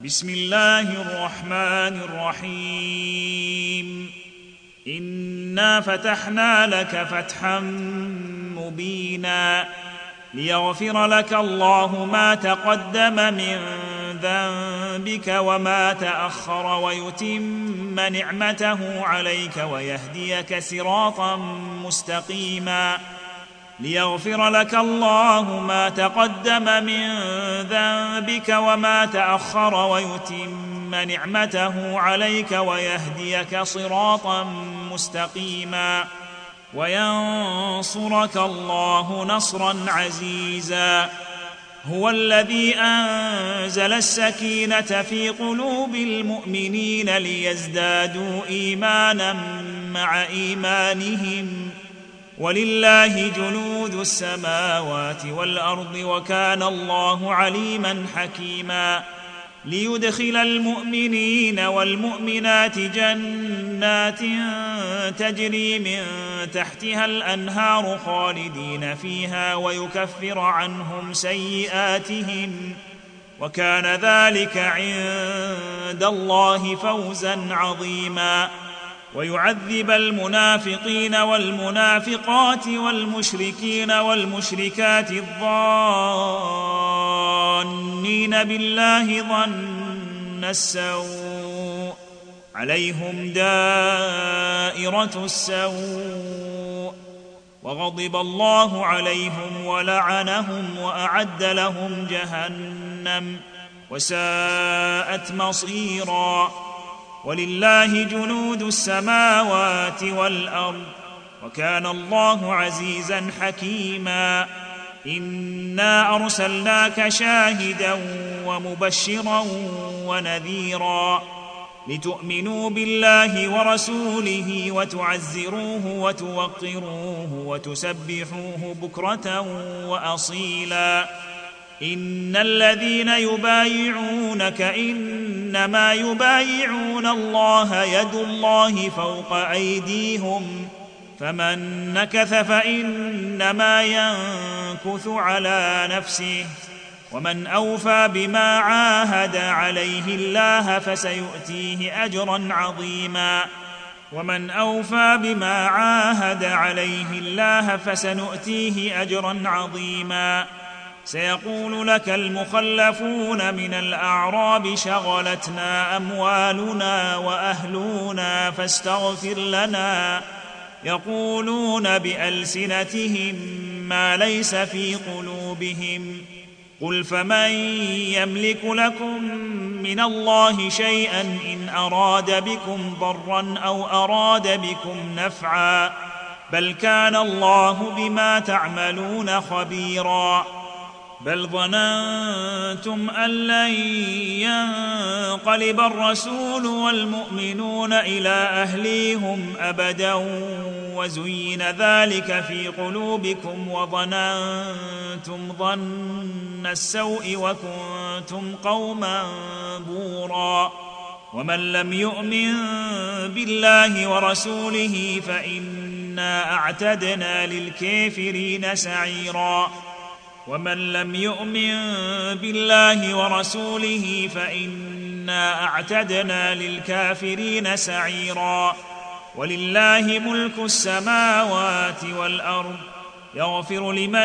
بسم الله الرحمن الرحيم إنا فتحنا لك فتحا مبينا ليغفر لك الله ما تقدم من ذنبك وما تأخر ويتم نعمته عليك ويهديك صراطا مستقيما ليغفر لك الله ما تقدم من ذنبك وما تأخر ويتم نعمته عليك ويهديك صراطا مستقيما وينصرك الله نصرا عزيزا هو الذي أنزل السكينة في قلوب المؤمنين ليزدادوا إيمانا مع إيمانهم ولله جنود السماوات والأرض وكان الله عليما حكيما ليدخل المؤمنين والمؤمنات جنات تجري من تحتها الأنهار خالدين فيها ويكفر عنهم سيئاتهم وكان ذلك عند الله فوزا عظيما ويعذب المنافقين والمنافقات والمشركين والمشركات الظانين بالله ظن السوء عليهم دائرة السوء وغضب الله عليهم ولعنهم وأعد لهم جهنم وساءت مصيرا ولله جنود السماوات والأرض وكان الله عزيزا حكيما إنا أرسلناك شاهدا ومبشرا ونذيرا لتؤمنوا بالله ورسوله وتعزروه وتوقروه وتسبحوه بكرة وأصيلا إن الذين يبايعونك إنما يبايعون الله يد الله فوق أيديهم فمن نكث فإنما ينكث على نفسه ومن أوفى بما عاهد عليه الله فسيؤتيه أجرا عظيما ومن أوفى بما عاهد عليه الله فسنؤتيه أجرا عظيما سيقول لك المخلفون من الأعراب شغلتنا أموالنا وأهلنا فاستغفر لنا يقولون بألسنتهم ما ليس في قلوبهم قل فمن يملك لكم من الله شيئا إن أراد بكم ضرا أو أراد بكم نفعا بل كان الله بما تعملون خبيرا بل ظننتم أن لن ينقلب الرسول والمؤمنون إلى أهليهم أبدا وزين ذلك في قلوبكم وظننتم ظن السوء وكنتم قوما بورا ومن لم يؤمن بالله ورسوله فإنا أعتدنا للكافرين سعيرا ومن لم يؤمن بالله ورسوله فإنا أعتدنا للكافرين سعيرا ولله ملك السماوات والأرض يغفر لمن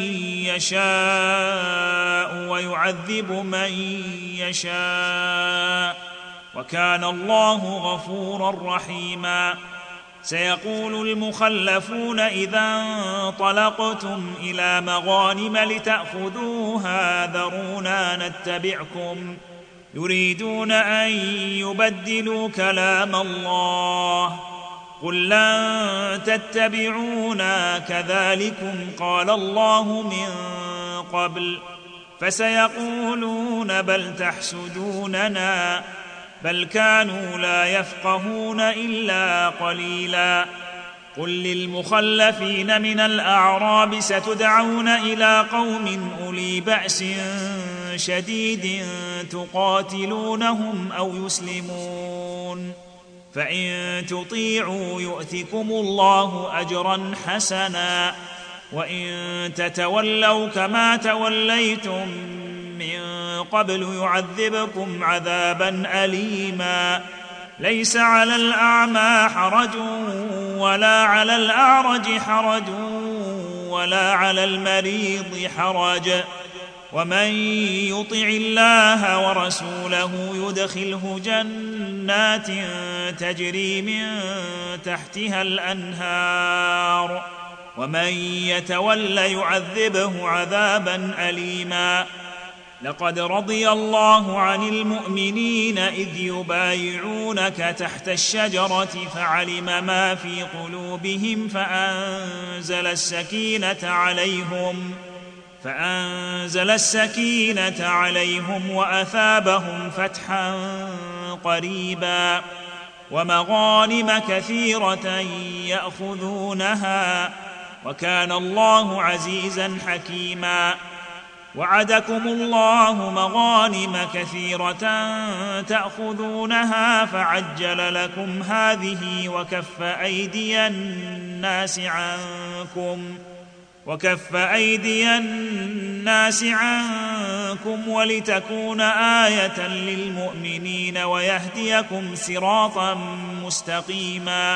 يشاء ويعذب من يشاء وكان الله غفورا رحيما سيقول المخلفون إذا انطلقتم إلى مغانم لتأخذوها ذرونا نتبعكم يريدون أن يبدلوا كلام الله قل لن تتبعونا كذلكم قال الله من قبل فسيقولون بل تحسدوننا بل كانوا لا يفقهون إلا قليلا قل للمخلفين من الأعراب ستدعون إلى قوم أولي بأس شديد تقاتلونهم أو يسلمون فإن تطيعوا يؤتكم الله أجرا حسنا وإن تتولوا كما توليتم من قبل يعذبكم عذابا أليما ليس على الأعمى حرج ولا على الأعرج حرج ولا على المريض حرج ومن يطع الله ورسوله يدخله جنات تجري من تحتها الأنهار ومن يتول يعذبه عذابا أليما لقد رضي الله عن المؤمنين إذ يبايعونك تحت الشجرة فعلم ما في قلوبهم فأنزل السكينة عليهم وأثابهم فتحا قريبا ومغانم كثيرة يأخذونها وكان الله عزيزا حكيما وعدكم الله مغانم كثيرة تأخذونها فعجل لكم هذه وكف أيدي الناس عنكم ولتكون آية للمؤمنين ويهديكم صراطا مستقيما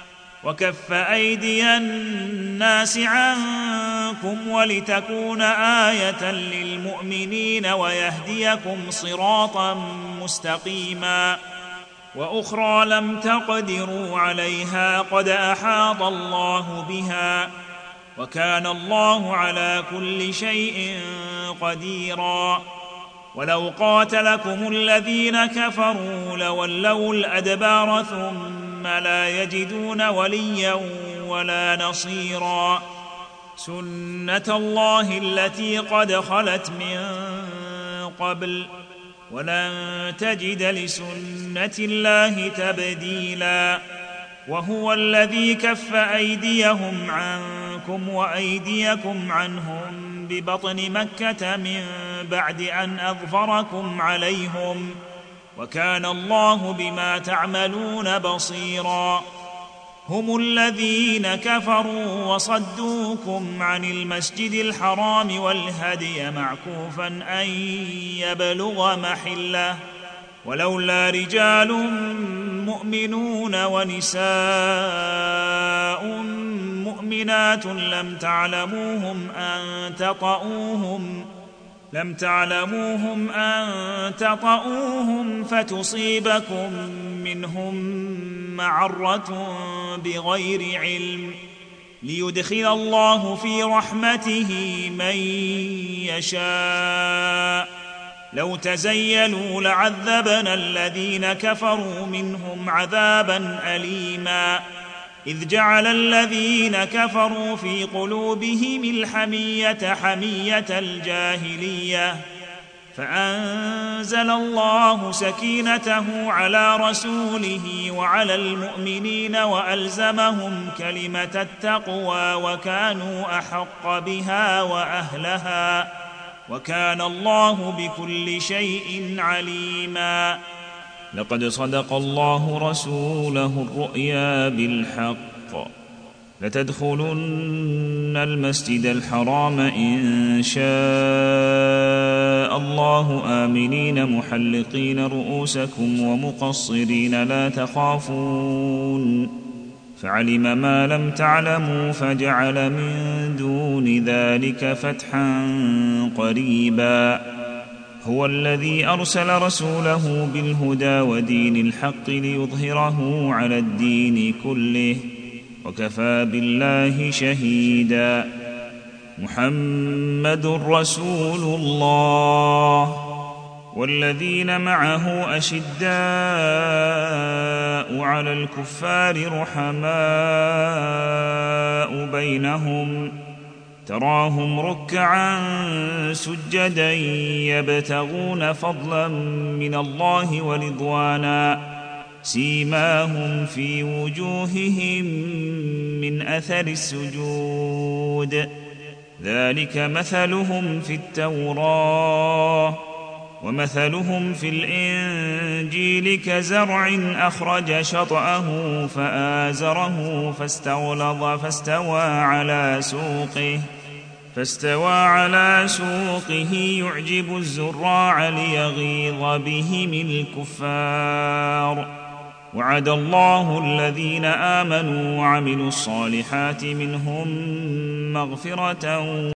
وأخرى لم تقدروا عليها قد أحاط الله بها وكان الله على كل شيء قديرا ولو قاتلكم الذين كفروا لولوا الأدبار ثم لا يجدون وليا ولا نصيرا سنة الله التي قد خلت من قبل ولن تجد لسنة الله تبديلا وهو الذي كف أيديهم عنكم وأيديكم عنهم ببطن مكة من بعد أن أظفركم عليهم وكان الله بما تعملون بصيرا هم الذين كفروا وصدوكم عن المسجد الحرام والهدي معكوفا أن يبلغ محله ولولا رجال مؤمنون ونساء مؤمنات لم تعلموهم أن تطؤوهم فتصيبكم منهم معرة بغير علم ليدخل الله في رحمته من يشاء لو تزيلوا لعذبنا الذين كفروا منهم عذابا أليما إذ جعل الذين كفروا في قلوبهم الحمية حمية الجاهلية فأنزل الله سكينته على رسوله وعلى المؤمنين وألزمهم كلمة التقوى وكانوا أحق بها وأهلها وكان الله بكل شيء عليما لقد صدق الله رسوله الرؤيا بالحق لتدخلن المسجد الحرام إن شاء الله آمنين محلقين رؤوسكم ومقصرين لا تخافون فعلم ما لم تعلموا فجعل من دون ذلك فتحا قريبا هو الذي أرسل رسوله بالهدى ودين الحق ليظهره على الدين كله وكفى بالله شهيدا محمد رسول الله والذين معه أشداء على الكفار رحماء بينهم تراهم ركعا سجدا يبتغون فضلا من الله ورضوانا سيماهم في وجوههم من أثر السجود ذلك مثلهم في التوراة ومثلهم في الإنجيل كزرع أخرج شطأه فآزره فاستغلظ فاستوى على سوقه فاستوى على سوقه يعجب الزراع ليغيظ بهم الكفار. وعد الله الذين آمنوا وعملوا الصالحات منهم مغفرة